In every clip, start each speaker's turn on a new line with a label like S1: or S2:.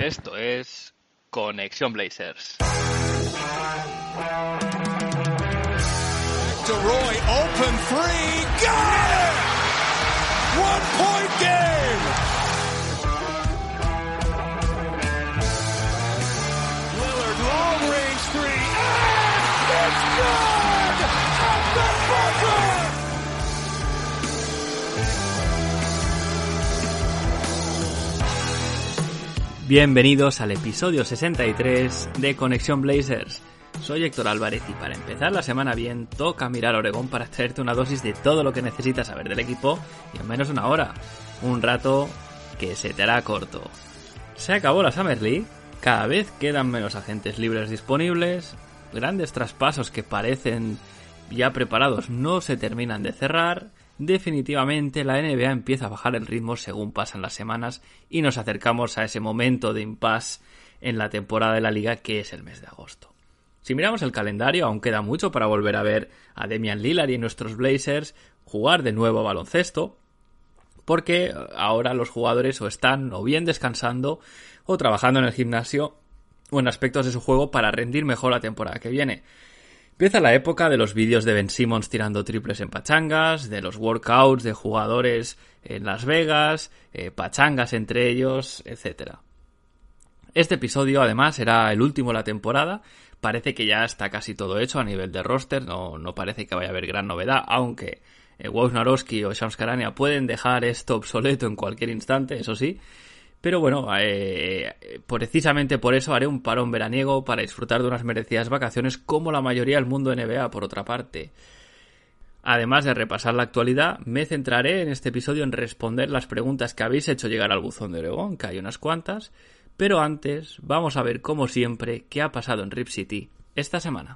S1: Esto es Conexión Blazers.
S2: To Roy, open three, got it! 1-point game! Lillard, long range three, and it's good! At the buzzer!
S3: Bienvenidos al episodio 63 de Conexión Blazers. Soy Héctor Álvarez y para empezar la semana bien, toca mirar Oregón para traerte una dosis de todo lo que necesitas saber del equipo y en menos de una hora. Un rato que se te hará corto. Se acabó la Summer League, cada vez quedan menos agentes libres disponibles, grandes traspasos que parecen ya preparados no se terminan de cerrar. Definitivamente la NBA empieza a bajar el ritmo según pasan las semanas y nos acercamos a ese momento de impasse en la temporada de la liga que es el mes de agosto. Si miramos el calendario, aún queda mucho para volver a ver a Damian Lillard y nuestros Blazers jugar de nuevo a baloncesto, porque ahora los jugadores o están o bien descansando o trabajando en el gimnasio o en aspectos de su juego para rendir mejor la temporada que viene. Empieza la época de los vídeos de Ben Simmons tirando triples en pachangas, de los workouts de jugadores en Las Vegas, pachangas entre ellos, etc. Este episodio además será el último de la temporada. Parece que ya está casi todo hecho a nivel de roster, no parece que vaya a haber gran novedad, aunque Wojnarowski o Shams Charania pueden dejar esto obsoleto en cualquier instante, eso sí. Pero bueno, precisamente por eso haré un parón veraniego para disfrutar de unas merecidas vacaciones como la mayoría del mundo NBA, por otra parte. Además de repasar la actualidad, me centraré en este episodio en responder las preguntas que habéis hecho llegar al buzón de Oregón, que hay unas cuantas. Pero antes, vamos a ver como siempre qué ha pasado en Rip City esta semana.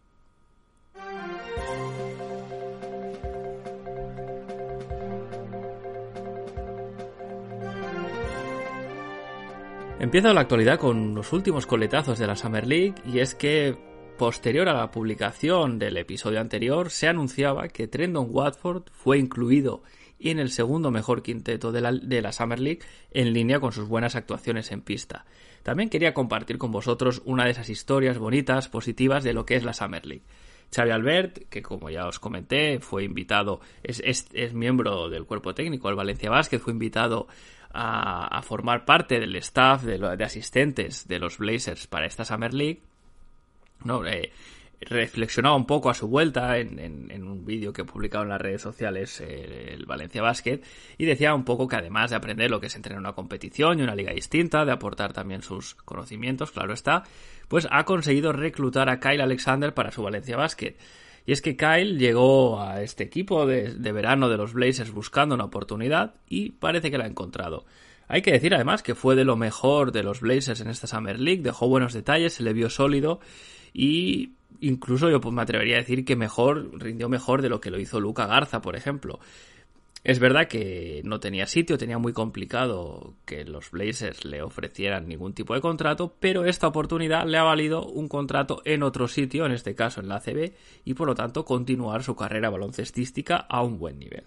S3: Empiezo la actualidad con los últimos coletazos de la Summer League y es que, posterior a la publicación del episodio anterior, se anunciaba que Trendon Watford fue incluido en el segundo mejor quinteto de la Summer League en línea con sus buenas actuaciones en pista. También quería compartir con vosotros una de esas historias bonitas, positivas de lo que es la Summer League. Xavi Albert, que como ya os comenté, fue invitado, es miembro del cuerpo técnico del Valencia Basket, fue invitado a formar parte del staff de asistentes de los Blazers para esta Summer League. Reflexionaba un poco a su vuelta en un vídeo que he publicado en las redes sociales, el Valencia Basket, y decía un poco que además de aprender lo que es entrenar una competición y una liga distinta, de aportar también sus conocimientos, claro está, pues ha conseguido reclutar a Kyle Alexander para su Valencia Basket. Y es que Kyle llegó a este equipo de verano de los Blazers buscando una oportunidad y parece que la ha encontrado. Hay que decir además que fue de lo mejor de los Blazers en esta Summer League, dejó buenos detalles, se le vio sólido y incluso yo me atrevería a decir que rindió mejor de lo que lo hizo Luka Garza, por ejemplo. Es verdad que no tenía sitio, tenía muy complicado que los Blazers le ofrecieran ningún tipo de contrato, pero esta oportunidad le ha valido un contrato en otro sitio, en este caso en la ACB, y por lo tanto continuar su carrera baloncestística a un buen nivel.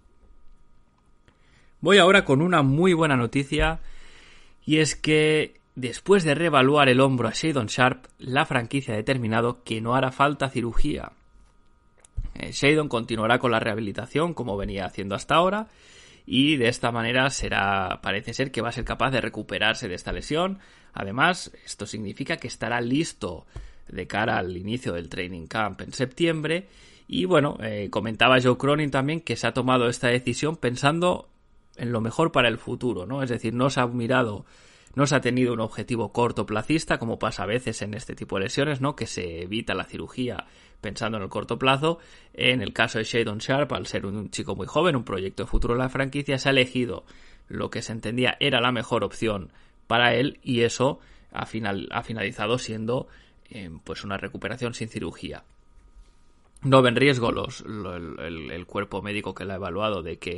S3: Voy ahora con una muy buena noticia, y es que después de reevaluar el hombro a Shadon Sharpe, la franquicia ha determinado que no hará falta cirugía. Shadon continuará con la rehabilitación como venía haciendo hasta ahora y de esta manera parece ser que va a ser capaz de recuperarse de esta lesión. Además, esto significa que estará listo de cara al inicio del training camp en septiembre y bueno, comentaba Joe Cronin también que se ha tomado esta decisión pensando en lo mejor para el futuro, ¿no? Es decir, no se ha tenido un objetivo cortoplacista, como pasa a veces en este tipo de lesiones, ¿no? Que se evita la cirugía pensando en el corto plazo. En el caso de Shadon Sharpe, al ser un chico muy joven, un proyecto de futuro de la franquicia, se ha elegido lo que se entendía era la mejor opción para él y eso ha finalizado siendo pues una recuperación sin cirugía. No ven riesgo el cuerpo médico que lo ha evaluado de que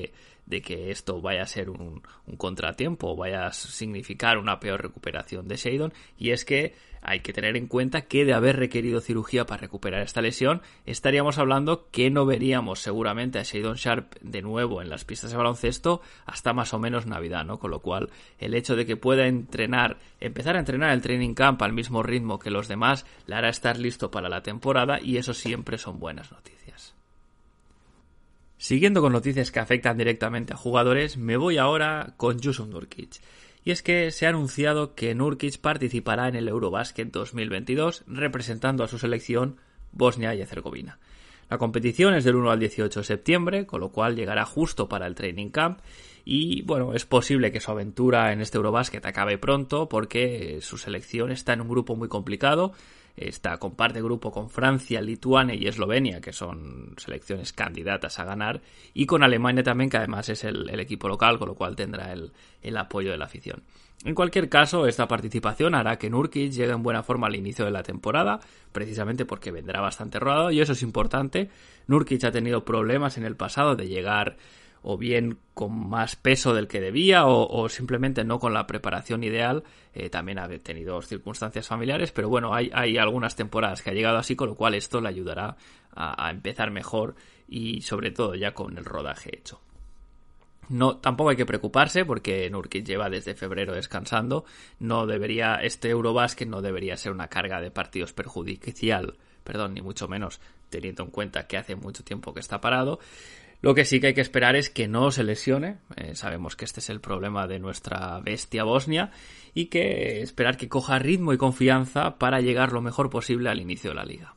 S3: de que esto vaya a ser un contratiempo, vaya a significar una peor recuperación de Sheldon, y es que hay que tener en cuenta que de haber requerido cirugía para recuperar esta lesión, estaríamos hablando que no veríamos seguramente a Sheldon Sharp de nuevo en las pistas de baloncesto hasta más o menos Navidad, ¿no? Con lo cual, el hecho de que pueda empezar a entrenar el training camp al mismo ritmo que los demás, le hará estar listo para la temporada, y eso siempre son buenas noticias. Siguiendo con noticias que afectan directamente a jugadores, me voy ahora con Jusuf Nurkic. Y es que se ha anunciado que Nurkic participará en el Eurobasket 2022 representando a su selección Bosnia y Herzegovina. La competición es del 1 al 18 de septiembre, con lo cual llegará justo para el training camp, y bueno, es posible que su aventura en este Eurobasket acabe pronto porque su selección está en un grupo muy complicado. Comparte grupo con Francia, Lituania y Eslovenia, que son selecciones candidatas a ganar, y con Alemania también, que además es el equipo local, con lo cual tendrá el apoyo de la afición. En cualquier caso, esta participación hará que Nurkic llegue en buena forma al inicio de la temporada, precisamente porque vendrá bastante rodado, y eso es importante. Nurkic ha tenido problemas en el pasado de llegar o bien con más peso del que debía o simplemente no con la preparación ideal. También ha tenido circunstancias familiares, pero bueno, hay algunas temporadas que ha llegado así, con lo cual esto le ayudará a empezar mejor y sobre todo ya con el rodaje hecho. No, tampoco hay que preocuparse porque Nurkic lleva desde febrero descansando. Este Eurobasket no debería ser una carga de partidos perjudicial, ni mucho menos, teniendo en cuenta que hace mucho tiempo que está parado. Lo que sí que hay que esperar es que no se lesione. Sabemos que este es el problema de nuestra bestia Bosnia, y que esperar que coja ritmo y confianza para llegar lo mejor posible al inicio de la liga.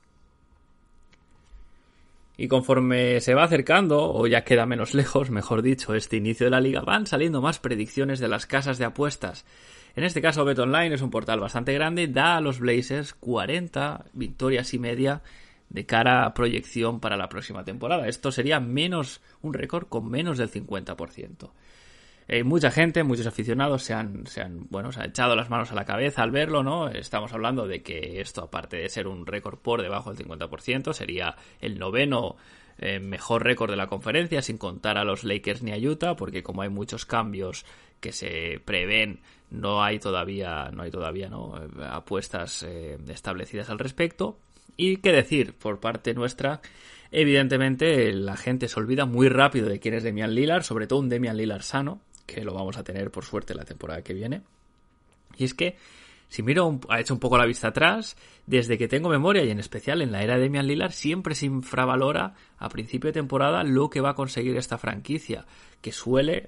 S3: Y conforme se va acercando, o ya queda menos lejos, mejor dicho, este inicio de la liga, van saliendo más predicciones de las casas de apuestas. En este caso, BetOnline es un portal bastante grande, da a los Blazers 40 victorias y media de cara a proyección para la próxima temporada. Esto sería un récord con menos del 50%. Mucha gente, muchos aficionados se han echado las manos a la cabeza al verlo, ¿no? Estamos hablando de que esto, aparte de ser un récord por debajo del 50%, sería el noveno mejor récord de la conferencia, sin contar a los Lakers ni a Utah, porque como hay muchos cambios que se prevén, no hay todavía apuestas establecidas al respecto. Y qué decir, por parte nuestra, evidentemente la gente se olvida muy rápido de quién es Damian Lillard, sobre todo un Damian Lillard sano, que lo vamos a tener por suerte la temporada que viene. Y es que, si miro, ha hecho un poco la vista atrás, desde que tengo memoria, y en especial en la era de Damian Lillard, siempre se infravalora a principio de temporada lo que va a conseguir esta franquicia, que suele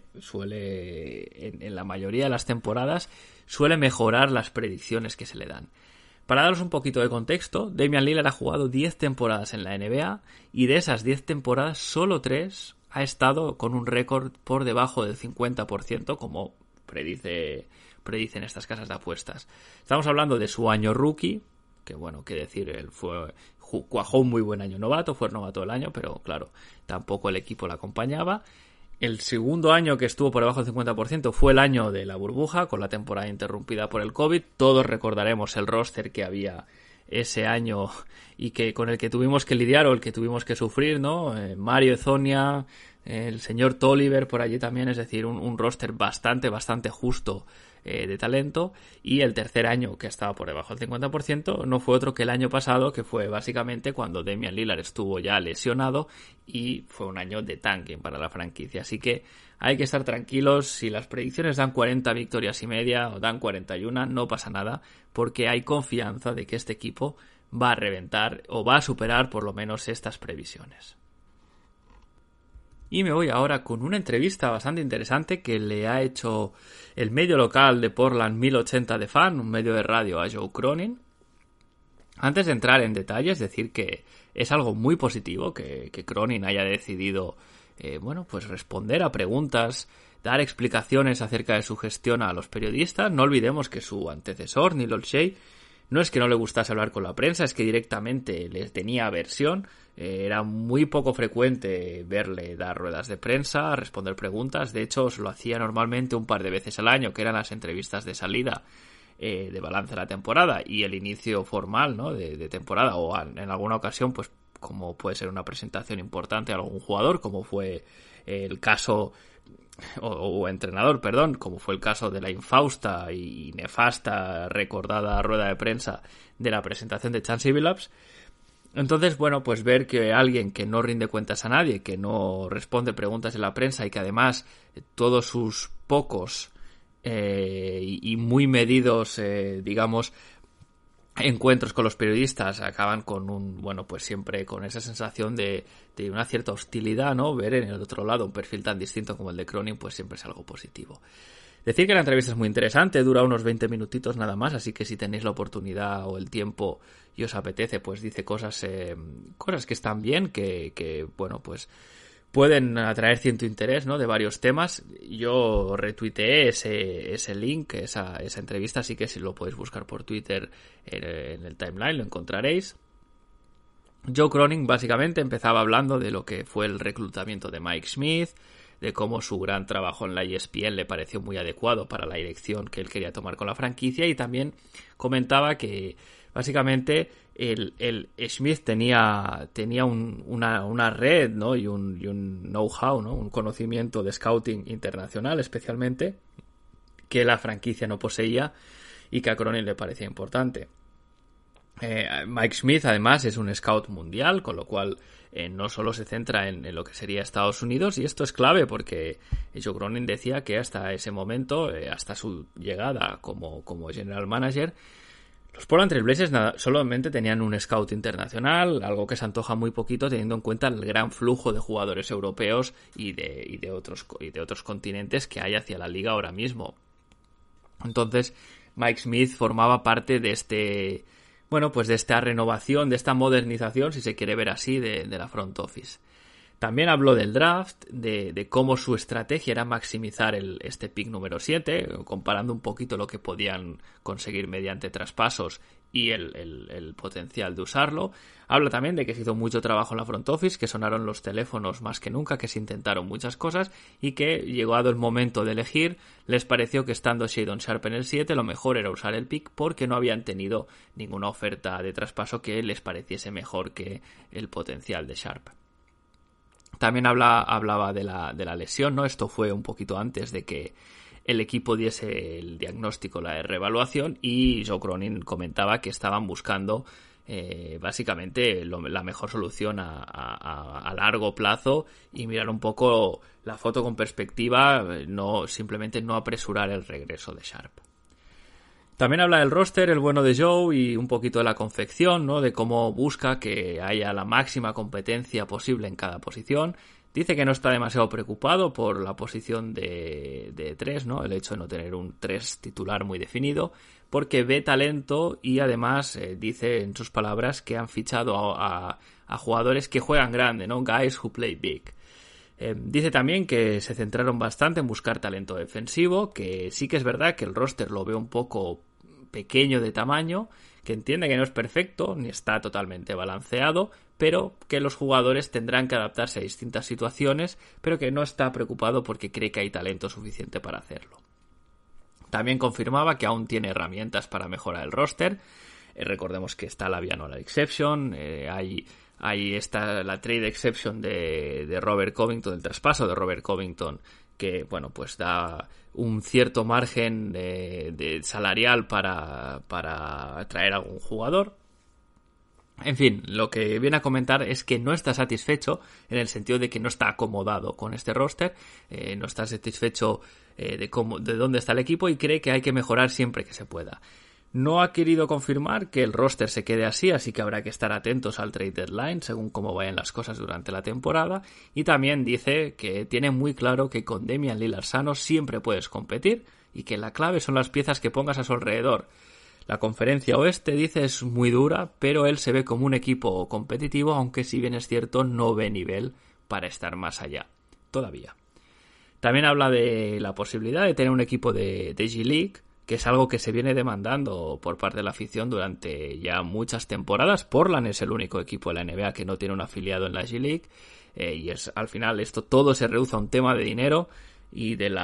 S3: en la mayoría de las temporadas, suele mejorar las predicciones que se le dan. Para daros un poquito de contexto, Damian Lillard ha jugado 10 temporadas en la NBA, y de esas 10 temporadas, solo 3 ha estado con un récord por debajo del 50%, como predicen estas casas de apuestas. Estamos hablando de su año rookie, que bueno, qué decir, él cuajó un muy buen año novato, fue el novato del año, pero claro, tampoco el equipo le acompañaba. El segundo año que estuvo por debajo del 50% fue el año de la burbuja, con la temporada interrumpida por el COVID. Todos recordaremos el roster que había ese año y que con el que tuvimos que lidiar, o el que tuvimos que sufrir, ¿no? Mario Ezonia, el señor Tolliver por allí también, es decir, un roster bastante justo de talento. Y el tercer año que estaba por debajo del 50% no fue otro que el año pasado, que fue básicamente cuando Damian Lillard estuvo ya lesionado, y fue un año de tanking para la franquicia. Así que hay que estar tranquilos. Si las predicciones dan 40 victorias y media o dan 41, no pasa nada, porque hay confianza de que este equipo va a reventar o va a superar por lo menos estas previsiones. Y me voy ahora con una entrevista bastante interesante que le ha hecho el medio local de Portland 1080 de Fan, un medio de radio, a Joe Cronin. Antes de entrar en detalles, decir que es algo muy positivo que Cronin haya decidido responder a preguntas, dar explicaciones acerca de su gestión a los periodistas. No olvidemos que su antecesor, Neil Olshey, no es que no le gustase hablar con la prensa, es que directamente les tenía aversión. Era muy poco frecuente verle dar ruedas de prensa, responder preguntas. De hecho, lo hacía normalmente un par de veces al año, que eran las entrevistas de salida de balance de la temporada y el inicio formal, ¿no?, de temporada, o en alguna ocasión, pues como puede ser una presentación importante a algún jugador, como fue el caso o entrenador, perdón, como fue el caso de la infausta y nefasta recordada rueda de prensa de la presentación de Chauncey Billups. Entonces, bueno, pues ver que alguien que no rinde cuentas a nadie, que no responde preguntas en la prensa y que además todos sus pocos y muy medidos, digamos, encuentros con los periodistas acaban con pues siempre con esa sensación de una cierta hostilidad, ¿no? Ver en el otro lado un perfil tan distinto como el de Cronin, pues siempre es algo positivo. Decir que la entrevista es muy interesante, dura unos 20 minutitos nada más, así que si tenéis la oportunidad o el tiempo y os apetece, pues dice cosas que están bien, que bueno, pues pueden atraer cierto interés, ¿no? De varios temas. Yo retuiteé ese link, esa entrevista, así que si lo podéis buscar por Twitter en el timeline lo encontraréis. Joe Cronin básicamente empezaba hablando de lo que fue el reclutamiento de Mike Smith, de cómo su gran trabajo en la ESPN le pareció muy adecuado para la dirección que él quería tomar con la franquicia, y también comentaba que básicamente el Smith tenía una red, ¿no? y un know-how, ¿no? Un conocimiento de scouting internacional especialmente, que la franquicia no poseía y que a Cronin le parecía importante. Mike Smith además es un scout mundial, con lo cual no solo se centra en lo que sería Estados Unidos, y esto es clave porque Joe Cronin decía que hasta ese momento, hasta su llegada como general manager, los Portland Trail Blazers solamente tenían un scout internacional, algo que se antoja muy poquito teniendo en cuenta el gran flujo de jugadores europeos y de otros continentes que hay hacia la liga ahora mismo. Entonces Mike Smith formaba parte de de esta renovación, de esta modernización, si se quiere ver así, de la front office. También habló del draft, de cómo su estrategia era maximizar este pick número 7, comparando un poquito lo que podían conseguir mediante traspasos y el potencial de usarlo. Habla también de que se hizo mucho trabajo en la front office, que sonaron los teléfonos más que nunca, que se intentaron muchas cosas y que, llegado el momento de elegir, les pareció que estando Shadon Sharp en el 7, lo mejor era usar el pick porque no habían tenido ninguna oferta de traspaso que les pareciese mejor que el potencial de Sharp. También hablaba de la lesión, ¿no? Esto fue un poquito antes de que el equipo diese el diagnóstico, la reevaluación, y Joe Cronin comentaba que estaban buscando básicamente la mejor solución a largo plazo y mirar un poco la foto con perspectiva, simplemente no apresurar el regreso de Sharp. También habla del roster, el bueno de Joe, y un poquito de la confección, ¿no? De cómo busca que haya la máxima competencia posible en cada posición. Dice que no está demasiado preocupado por la posición de 3, ¿no? El hecho de no tener un 3 titular muy definido, porque ve talento y además dice en sus palabras que han fichado a jugadores que juegan grande, ¿no? Guys who play big. Dice también que se centraron bastante en buscar talento defensivo, que sí que es verdad que el roster lo ve un poco pequeño de tamaño, que entiende que no es perfecto ni está totalmente balanceado, pero que los jugadores tendrán que adaptarse a distintas situaciones, pero que no está preocupado porque cree que hay talento suficiente para hacerlo. También confirmaba que aún tiene herramientas para mejorar el roster. Recordemos que está la Via Null Exception, Ahí está la trade exception de Robert Covington, el traspaso de Robert Covington, que bueno, pues da un cierto margen de salarial para atraer a algún jugador. En fin, lo que viene a comentar es que no está satisfecho en el sentido de que no está acomodado con este roster, no está satisfecho de dónde está el equipo y cree que hay que mejorar siempre que se pueda. No ha querido confirmar que el roster se quede así que habrá que estar atentos al trade deadline según cómo vayan las cosas durante la temporada, y también dice que tiene muy claro que con Damian Lillard sano siempre puedes competir y que la clave son las piezas que pongas a su alrededor. La conferencia oeste, dice, es muy dura, pero él se ve como un equipo competitivo, aunque si bien es cierto no ve nivel para estar más allá todavía. También habla de la posibilidad de tener un equipo de G-League, que es algo que se viene demandando por parte de la afición durante ya muchas temporadas. Portland es el único equipo de la NBA que no tiene un afiliado en la G-League, y al final esto todo se reduce a un tema de dinero y de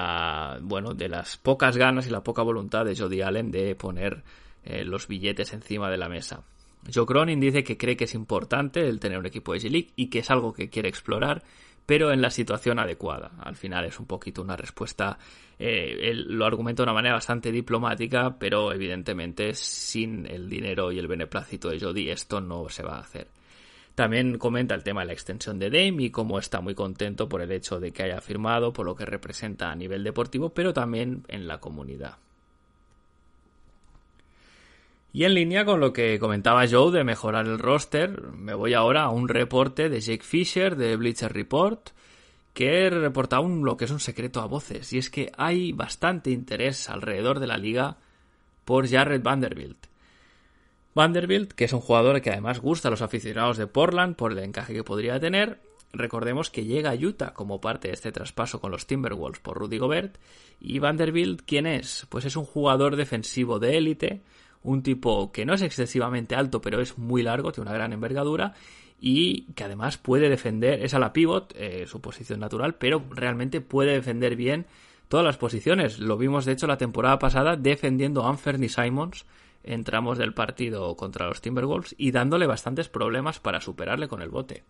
S3: las pocas ganas y la poca voluntad de Jody Allen de poner los billetes encima de la mesa. Joe Cronin dice que cree que es importante el tener un equipo de G-League y que es algo que quiere explorar, pero en la situación adecuada. Al final es un poquito una respuesta, él lo argumenta de una manera bastante diplomática, pero evidentemente sin el dinero y el beneplácito de Jody esto no se va a hacer. También comenta el tema de la extensión de Dame y cómo está muy contento por el hecho de que haya firmado, por lo que representa a nivel deportivo, pero también en la comunidad. Y en línea con lo que comentaba Joe de mejorar el roster, me voy ahora a un reporte de Jake Fisher de Bleacher Report, que reporta lo que es un secreto a voces, y es que hay bastante interés alrededor de la liga por Jarred Vanderbilt. Vanderbilt, que es un jugador que además gusta a los aficionados de Portland por el encaje que podría tener. Recordemos que llega a Utah como parte de este traspaso con los Timberwolves por Rudy Gobert. Y Vanderbilt, ¿quién es? Pues es un jugador defensivo de élite, un tipo que no es excesivamente alto, pero es muy largo, tiene una gran envergadura y que además puede defender, es a la pivot, su posición natural, pero realmente puede defender bien todas las posiciones. Lo vimos de hecho la temporada pasada defendiendo a Anthony Simons en tramos del partido contra los Timberwolves y dándole bastantes problemas para superarle con el bote.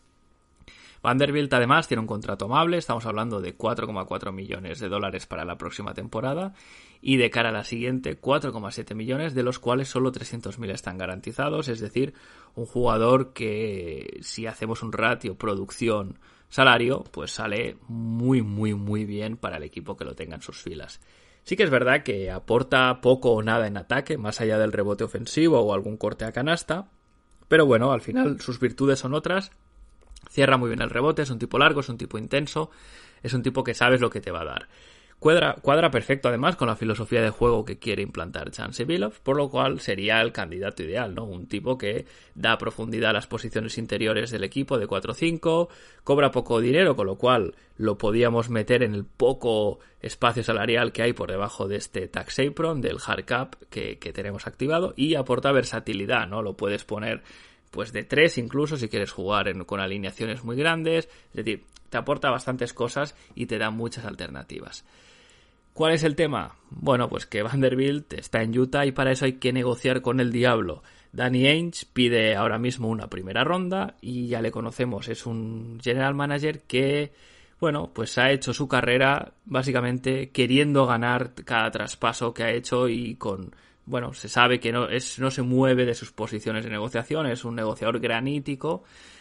S3: Vanderbilt además tiene un contrato amable, estamos hablando de $4,4 millones para la próxima temporada y de cara a la siguiente 4,7 millones, de los cuales solo 300.000 están garantizados, es decir, un jugador que si hacemos un ratio producción-salario, pues sale muy bien para el equipo que lo tenga en sus filas. Sí que es verdad que aporta poco o nada en ataque, más allá del rebote ofensivo o algún corte a canasta, pero bueno, al final sus virtudes son otras. Cierra muy bien el rebote, es un tipo largo, es un tipo intenso, es un tipo que sabes lo que te va a dar. Cuadra perfecto además con la filosofía de juego que quiere implantar Chauncey Billups, por lo cual sería el candidato ideal, ¿no? Un tipo que da profundidad a las posiciones interiores del equipo de 4-5, cobra poco dinero, con lo cual lo podíamos meter en el poco espacio salarial que hay por debajo de este tax apron, del hard cap que tenemos activado, y aporta versatilidad, ¿no? Lo puedes poner pues de 3 incluso si quieres jugar con alineaciones muy grandes, es decir, te aporta bastantes cosas y te da muchas alternativas. ¿Cuál es el tema? Bueno, pues que Vanderbilt está en Utah y para eso hay que negociar con el diablo. Danny Ainge pide ahora mismo una primera ronda y ya le conocemos, es un general manager que, bueno, pues ha hecho su carrera básicamente queriendo ganar cada traspaso que ha hecho y bueno, se sabe que no se mueve de sus posiciones de negociación, es un negociador granítico.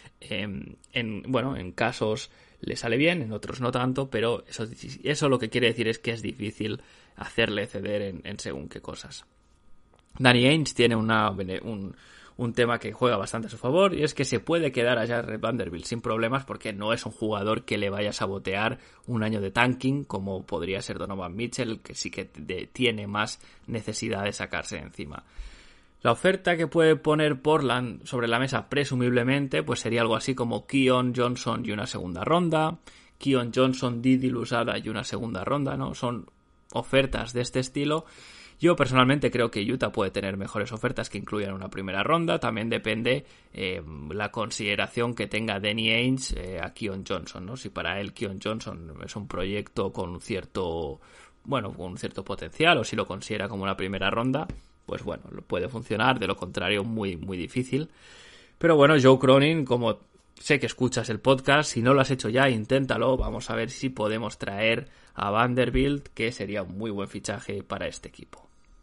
S3: En casos le sale bien, en otros no tanto, pero eso lo que quiere decir es que es difícil hacerle ceder en según qué cosas. Danny Ainge tiene un tema que juega bastante a su favor y es que se puede quedar a Jarred Vanderbilt sin problemas porque no es un jugador que le vaya a sabotear un año de tanking como podría ser Donovan Mitchell, que sí que tiene más necesidad de sacarse de encima. La oferta que puede poner Portland sobre la mesa presumiblemente pues sería algo así como Keon Johnson y una segunda ronda, Keon Johnson, Didi Louzada y una segunda ronda, ¿no? Son ofertas de este estilo. Yo personalmente creo que Utah puede tener mejores ofertas que incluyan una primera ronda. También depende la consideración que tenga Danny Ainge a Keon Johnson, ¿no? Si para él Keon Johnson es un proyecto con un cierto potencial o si lo considera como una primera ronda, pues bueno, puede funcionar. De lo contrario, muy, muy difícil. Pero bueno, Joe Cronin, como sé que escuchas el podcast, si no lo has hecho ya, inténtalo. Vamos a ver si podemos traer a Vanderbilt, que sería un muy buen fichaje para este equipo.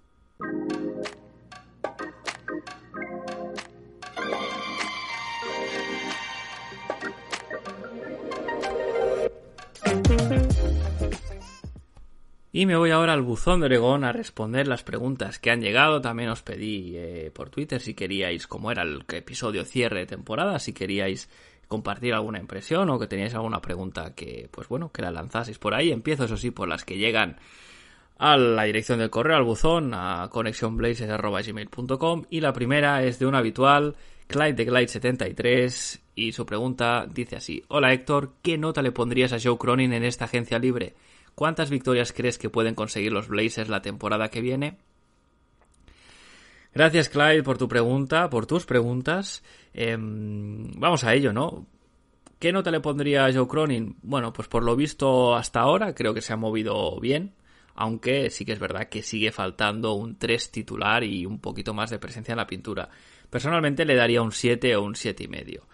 S3: Y me voy ahora al buzón de Oregón a responder las preguntas que han llegado. También os pedí por Twitter si queríais, como era el episodio cierre de temporada, si queríais compartir alguna impresión o que teníais alguna pregunta que, pues bueno, que la lanzaseis por ahí. Empiezo, eso sí, por las que llegan a la dirección del correo, al buzón, a connectionblazers@gmail.com, y la primera es de un habitual, Clyde de Glide73, y su pregunta dice así: hola Héctor, ¿qué nota le pondrías a Joe Cronin en esta agencia libre? ¿Cuántas victorias crees que pueden conseguir los Blazers la temporada que viene? Gracias, Clyde, por tu pregunta, por tus preguntas. Vamos a ello, ¿no? ¿Qué nota le pondría a Joe Cronin? Bueno, pues por lo visto hasta ahora creo que se ha movido bien, aunque sí que es verdad que sigue faltando un 3 titular y un poquito más de presencia en la pintura. Personalmente le daría un 7 o un 7,5.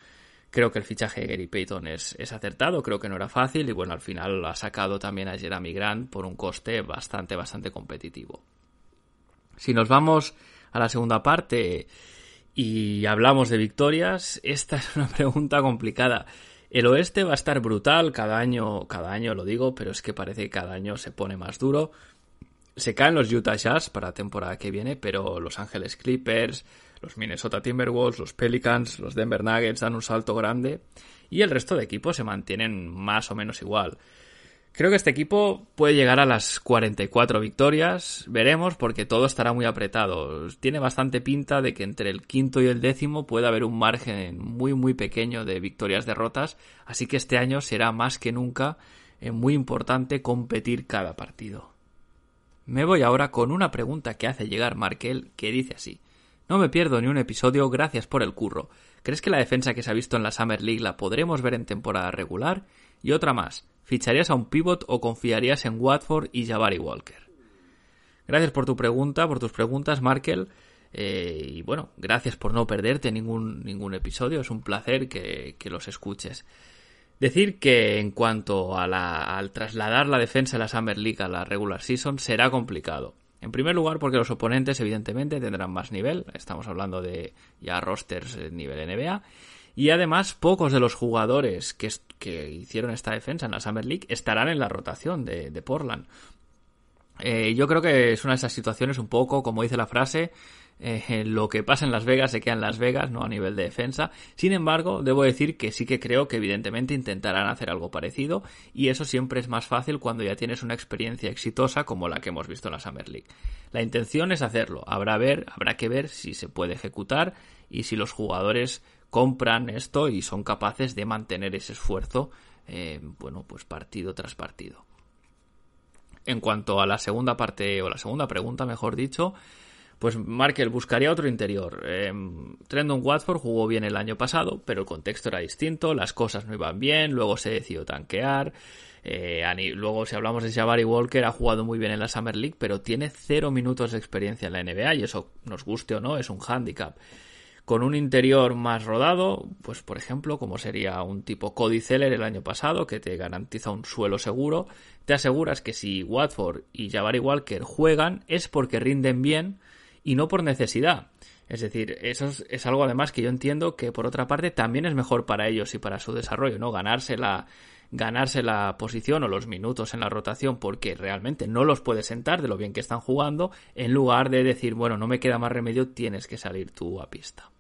S3: Creo que el fichaje de Gary Payton es acertado, creo que no era fácil y bueno, al final ha sacado también a Jerami Grant por un coste bastante competitivo. Si nos vamos a la segunda parte y hablamos de victorias, esta es una pregunta complicada. El oeste va a estar brutal, cada año lo digo, pero es que parece que cada año se pone más duro. Se caen los Utah Jazz para la temporada que viene, pero Los Ángeles Clippers, los Minnesota Timberwolves, los Pelicans, los Denver Nuggets dan un salto grande y el resto de equipos se mantienen más o menos igual. Creo que este equipo puede llegar a las 44 victorias, veremos porque todo estará muy apretado. Tiene bastante pinta de que entre el quinto y el décimo puede haber un margen muy pequeño de victorias-derrotas, así que este año será más que nunca muy importante competir cada partido. Me voy ahora con una pregunta que hace llegar Markel, que dice así: no me pierdo ni un episodio, gracias por el curro. ¿Crees que la defensa que se ha visto en la Summer League la podremos ver en temporada regular? Y otra más, ¿ficharías a un pivot o confiarías en Watford y Jabari Walker? Gracias por tus preguntas, Markel. Y bueno, gracias por no perderte ningún episodio, es un placer que los escuches. Decir que en cuanto al trasladar la defensa de la Summer League a la regular season será complicado. En primer lugar porque los oponentes evidentemente tendrán más nivel, estamos hablando de ya rosters nivel NBA, y además pocos de los jugadores que hicieron esta defensa en la Summer League estarán en la rotación de Portland. Yo creo que es una de esas situaciones un poco, como dice la frase, lo que pasa en Las Vegas se queda en Las Vegas, no a nivel de defensa. Sin embargo, debo decir que sí que creo que evidentemente intentarán hacer algo parecido y eso siempre es más fácil cuando ya tienes una experiencia exitosa como la que hemos visto en la Summer League. La intención es hacerlo, habrá que ver si se puede ejecutar y si los jugadores compran esto y son capaces de mantener ese esfuerzo, pues partido tras partido. En cuanto a la segunda parte, o la segunda pregunta, mejor dicho, pues Markel buscaría otro interior. Trendon Watford jugó bien el año pasado, pero el contexto era distinto, las cosas no iban bien, luego se decidió tanquear. Luego, si hablamos de Jabari Walker, ha jugado muy bien en la Summer League, pero tiene 0 minutos de experiencia en la NBA y eso, nos guste o no, es un hándicap. Con un interior más rodado, pues por ejemplo, como sería un tipo Cody Zeller el año pasado, que te garantiza un suelo seguro, te aseguras que si Watford y Jabari Walker juegan es porque rinden bien y no por necesidad. Es decir, eso es algo además que yo entiendo que por otra parte también es mejor para ellos y para su desarrollo, ¿no? Ganarse la posición o los minutos en la rotación porque realmente no los puedes sentar de lo bien que están jugando, en lugar de decir, bueno, no me queda más remedio, tienes que salir tú a pista.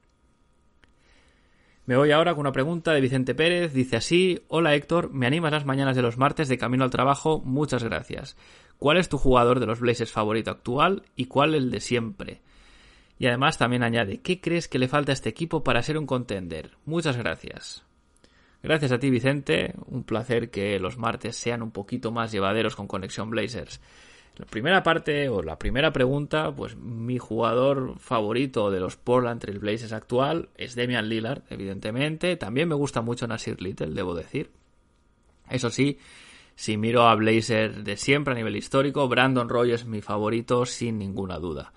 S3: Me voy ahora con una pregunta de Vicente Pérez, dice así: hola Héctor, me animas las mañanas de los martes de camino al trabajo, muchas gracias. ¿Cuál es tu jugador de los Blazers favorito actual y cuál el de siempre? Y además también añade, ¿qué crees que le falta a este equipo para ser un contender? Muchas gracias. Gracias a ti, Vicente, un placer que los martes sean un poquito más llevaderos con Conexión Blazers. La primera parte, o la primera pregunta, pues mi jugador favorito de los Portland Trail Blazers actual es Damian Lillard, evidentemente. También me gusta mucho Nasir Little, debo decir. Eso sí, si miro a Blazers de siempre a nivel histórico, Brandon Roy es mi favorito sin ninguna duda.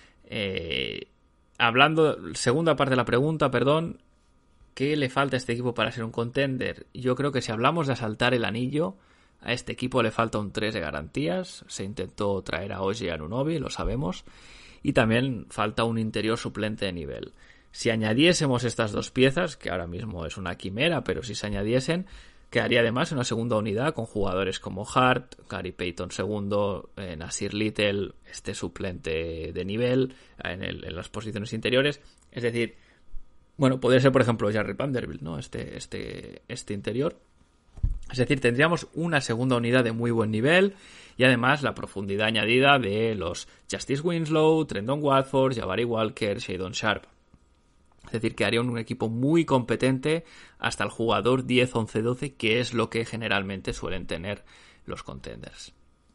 S3: Segunda parte de la pregunta, ¿qué le falta a este equipo para ser un contender? Yo creo que si hablamos de asaltar el anillo, a este equipo le falta un 3 de garantías. Se intentó traer a OG Anunoby, lo sabemos. Y también falta un interior suplente de nivel. Si añadiésemos estas dos piezas, que ahora mismo es una quimera, pero si se añadiesen, quedaría además una segunda unidad con jugadores como Hart, Gary Payton segundo, Nasir Little, este suplente de nivel en las posiciones interiores. Es decir, bueno, podría ser por ejemplo Jarrett Vanderbilt, ¿no? Este interior. Es decir, tendríamos una segunda unidad de muy buen nivel y además la profundidad añadida de los Justice Winslow, Trendon Watford, Jabari Walker, Shadon Sharp. Es decir, que haría un equipo muy competente hasta el jugador 10, 11, 12, que es lo que generalmente suelen tener los contenders.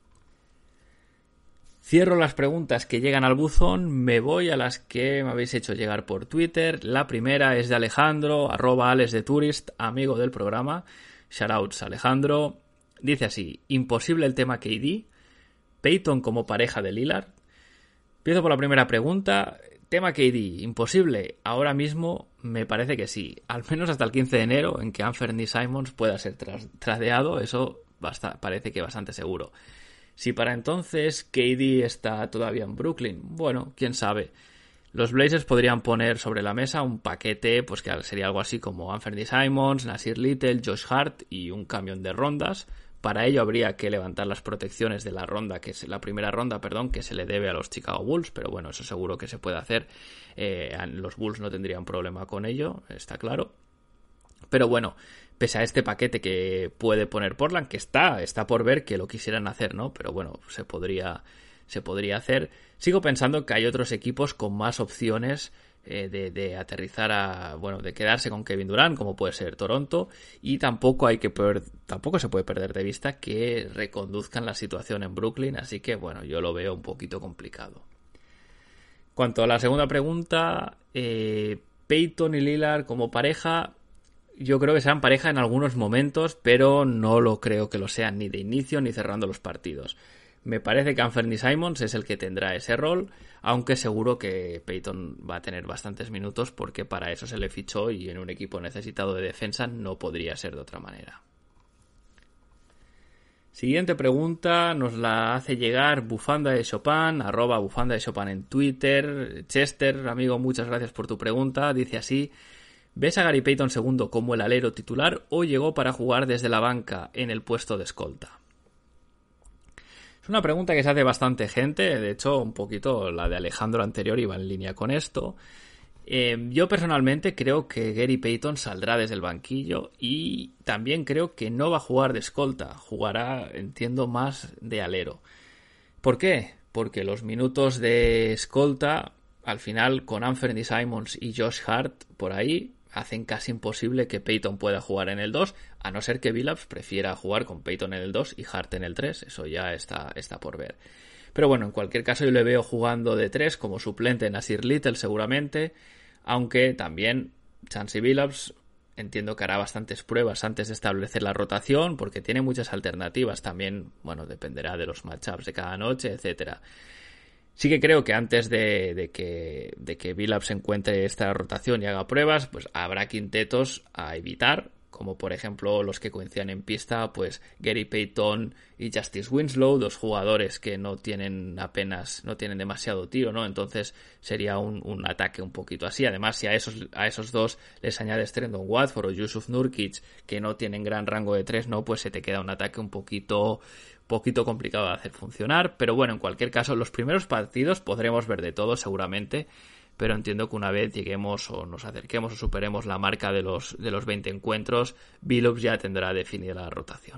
S3: Cierro las preguntas que llegan al buzón, me voy a las que me habéis hecho llegar por Twitter. La primera es de Alejandro, @AlexTheTourist, amigo del programa. Shoutouts Alejandro. Dice así: imposible el tema KD, Payton como pareja de Lillard. Empiezo por la primera pregunta. Tema KD, ¿imposible? Ahora mismo me parece que sí. Al menos hasta el 15 de enero, en que Anthony Simons pueda ser tradeado, eso parece que bastante seguro. Si para entonces KD está todavía en Brooklyn, bueno, quién sabe. Los Blazers podrían poner sobre la mesa un paquete, pues que sería algo así como Anthony Simons, Nasir Little, Josh Hart y un camión de rondas. Para ello habría que levantar las protecciones de la ronda, que es la primera ronda, que se le debe a los Chicago Bulls, pero bueno, eso seguro que se puede hacer. Los Bulls no tendrían problema con ello, está claro. Pero bueno, pese a este paquete que puede poner Portland, que está por ver que lo quisieran hacer, ¿no? Pero bueno, se podría hacer. Sigo pensando que hay otros equipos con más opciones de aterrizar de quedarse con Kevin Durant, como puede ser Toronto, y tampoco se puede perder de vista que reconduzcan la situación en Brooklyn, así que bueno, yo lo veo un poquito complicado. Cuanto a la segunda pregunta, Peyton y Lillard como pareja, yo creo que serán pareja en algunos momentos, pero no lo creo que lo sean ni de inicio ni cerrando los partidos. Me parece que Anthony Simons es el que tendrá ese rol, aunque seguro que Peyton va a tener bastantes minutos porque para eso se le fichó y en un equipo necesitado de defensa no podría ser de otra manera. Siguiente pregunta nos la hace llegar Bufanda de Chopin, @Bufanda de Chopin en Twitter. Chester, amigo, muchas gracias por tu pregunta. Dice así: ¿ves a Gary Payton II como el alero titular o llegó para jugar desde la banca en el puesto de escolta? Es una pregunta que se hace bastante gente, de hecho un poquito la de Alejandro anterior iba en línea con esto. Yo personalmente creo que Gary Payton saldrá desde el banquillo y también creo que no va a jugar de escolta, jugará, entiendo, más de alero. ¿Por qué? Porque los minutos de escolta, al final con Anthony Simons y Josh Hart por ahí, hacen casi imposible que Payton pueda jugar en el 2, a no ser que Billups prefiera jugar con Payton en el 2 y Hart en el 3, eso ya está por ver. Pero bueno, en cualquier caso yo le veo jugando de 3 como suplente en Nasir Little seguramente, aunque también Chauncey Billups entiendo que hará bastantes pruebas antes de establecer la rotación, porque tiene muchas alternativas también, bueno, dependerá de los matchups de cada noche, etcétera. Sí que creo que antes de que Billups encuentre esta rotación y haga pruebas, pues habrá quintetos a evitar, como por ejemplo los que coincidan en pista, pues Gary Payton y Justice Winslow, dos jugadores que no tienen demasiado tiro, ¿no? Entonces sería un ataque un poquito así. Además, si a esos dos les añades Trendon Watford o Jusuf Nurkic, que no tienen gran rango de 3, ¿no? Pues se te queda un ataque un poquito complicado de hacer funcionar, pero bueno, en cualquier caso, los primeros partidos podremos ver de todo seguramente, pero entiendo que una vez lleguemos o nos acerquemos o superemos la marca de los 20 encuentros, Billups ya tendrá definida la rotación.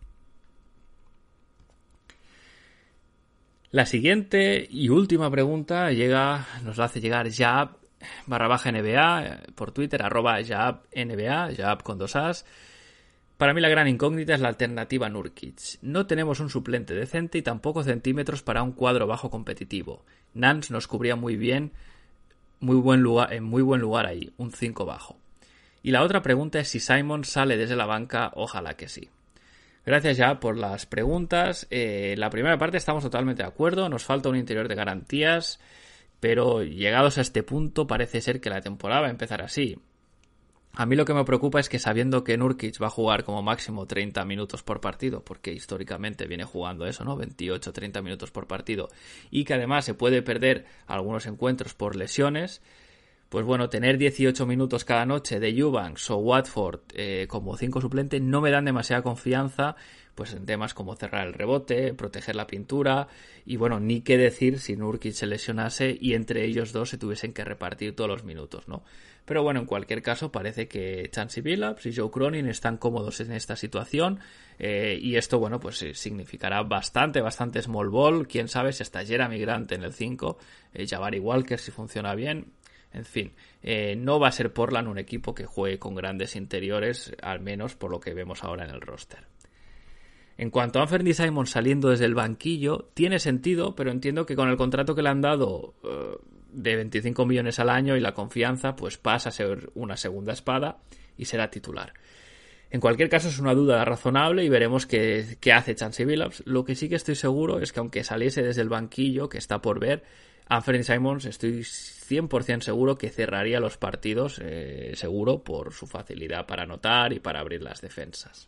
S3: La siguiente y última pregunta nos la hace llegar Jaab _NBA por Twitter, @JaabNBA, Jaab con 2 As. Para mí la gran incógnita es la alternativa Nurkic. No tenemos un suplente decente y tampoco centímetros para un cuadro bajo competitivo. Nance nos cubría muy bien, en muy buen lugar ahí, un 5 bajo. Y la otra pregunta es si Simons sale desde la banca, ojalá que sí. Gracias ya por las preguntas. La primera parte estamos totalmente de acuerdo, nos falta un interior de garantías, pero llegados a este punto parece ser que la temporada va a empezar así. A mí lo que me preocupa es que sabiendo que Nurkic va a jugar como máximo 30 minutos por partido, porque históricamente viene jugando eso, ¿no? 28-30 minutos por partido, y que además se puede perder algunos encuentros por lesiones, pues bueno, tener 18 minutos cada noche de Eubanks o Watford como 5 suplente no me dan demasiada confianza, pues en temas como cerrar el rebote, proteger la pintura, y bueno, ni qué decir si Nurkic se lesionase y entre ellos dos se tuviesen que repartir todos los minutos, ¿no? Pero bueno, en cualquier caso parece que Chauncey Billups y Joe Cronin están cómodos en esta situación, y esto, bueno, pues significará bastante small ball, quién sabe si hasta Jeremy Grant en el 5, Jabari Walker si funciona bien. En fin, no va a ser Portland un equipo que juegue con grandes interiores, al menos por lo que vemos ahora en el roster. En cuanto a Anthony Simons saliendo desde el banquillo, tiene sentido, pero entiendo que con el contrato que le han dado de 25 millones al año y la confianza, pues pasa a ser una segunda espada y será titular. En cualquier caso es una duda razonable y veremos qué hace Chauncey Billups. Lo que sí que estoy seguro es que aunque saliese desde el banquillo, que está por ver, Anthony Simons estoy 100% seguro que cerraría los partidos, seguro, por su facilidad para anotar y para abrir las defensas.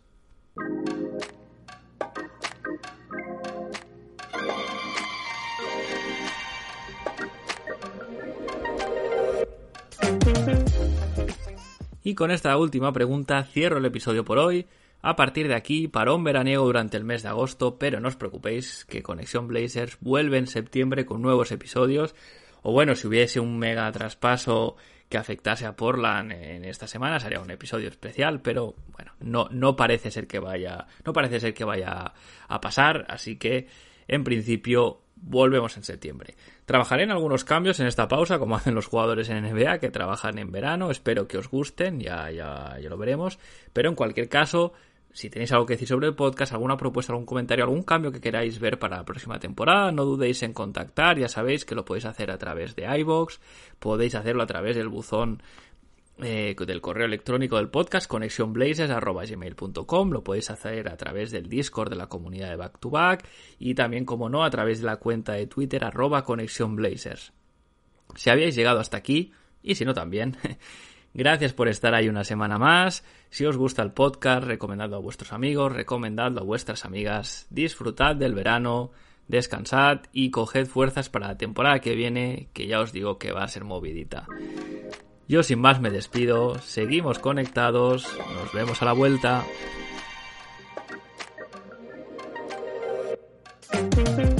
S3: Y con esta última pregunta cierro el episodio por hoy. A partir de aquí, parón veraniego durante el mes de agosto, pero no os preocupéis que Conexión Blazers vuelve en septiembre con nuevos episodios. O bueno, si hubiese un mega traspaso que afectase a Portland en esta semana, sería un episodio especial, pero bueno, no parece ser que vaya a pasar, así que en principio volvemos en septiembre. Trabajaré en algunos cambios en esta pausa, como hacen los jugadores en NBA que trabajan en verano. Espero que os gusten, ya lo veremos. Pero en cualquier caso, si tenéis algo que decir sobre el podcast, alguna propuesta, algún comentario, algún cambio que queráis ver para la próxima temporada, no dudéis en contactar. Ya sabéis que lo podéis hacer a través de iVoox, podéis hacerlo a través del buzón del correo electrónico del podcast, conexionblazers@gmail.com. Lo podéis hacer a través del Discord de la comunidad de Back to Back y también, como no, a través de la cuenta de Twitter @conexionblazers. Si habéis llegado hasta aquí, y si no también, gracias por estar ahí una semana más. Si os gusta el podcast, recomendadlo a vuestros amigos, recomendadlo a vuestras amigas. Disfrutad del verano, descansad y coged fuerzas para la temporada que viene, que ya os digo que va a ser movidita. Yo sin más me despido, seguimos conectados, nos vemos a la vuelta.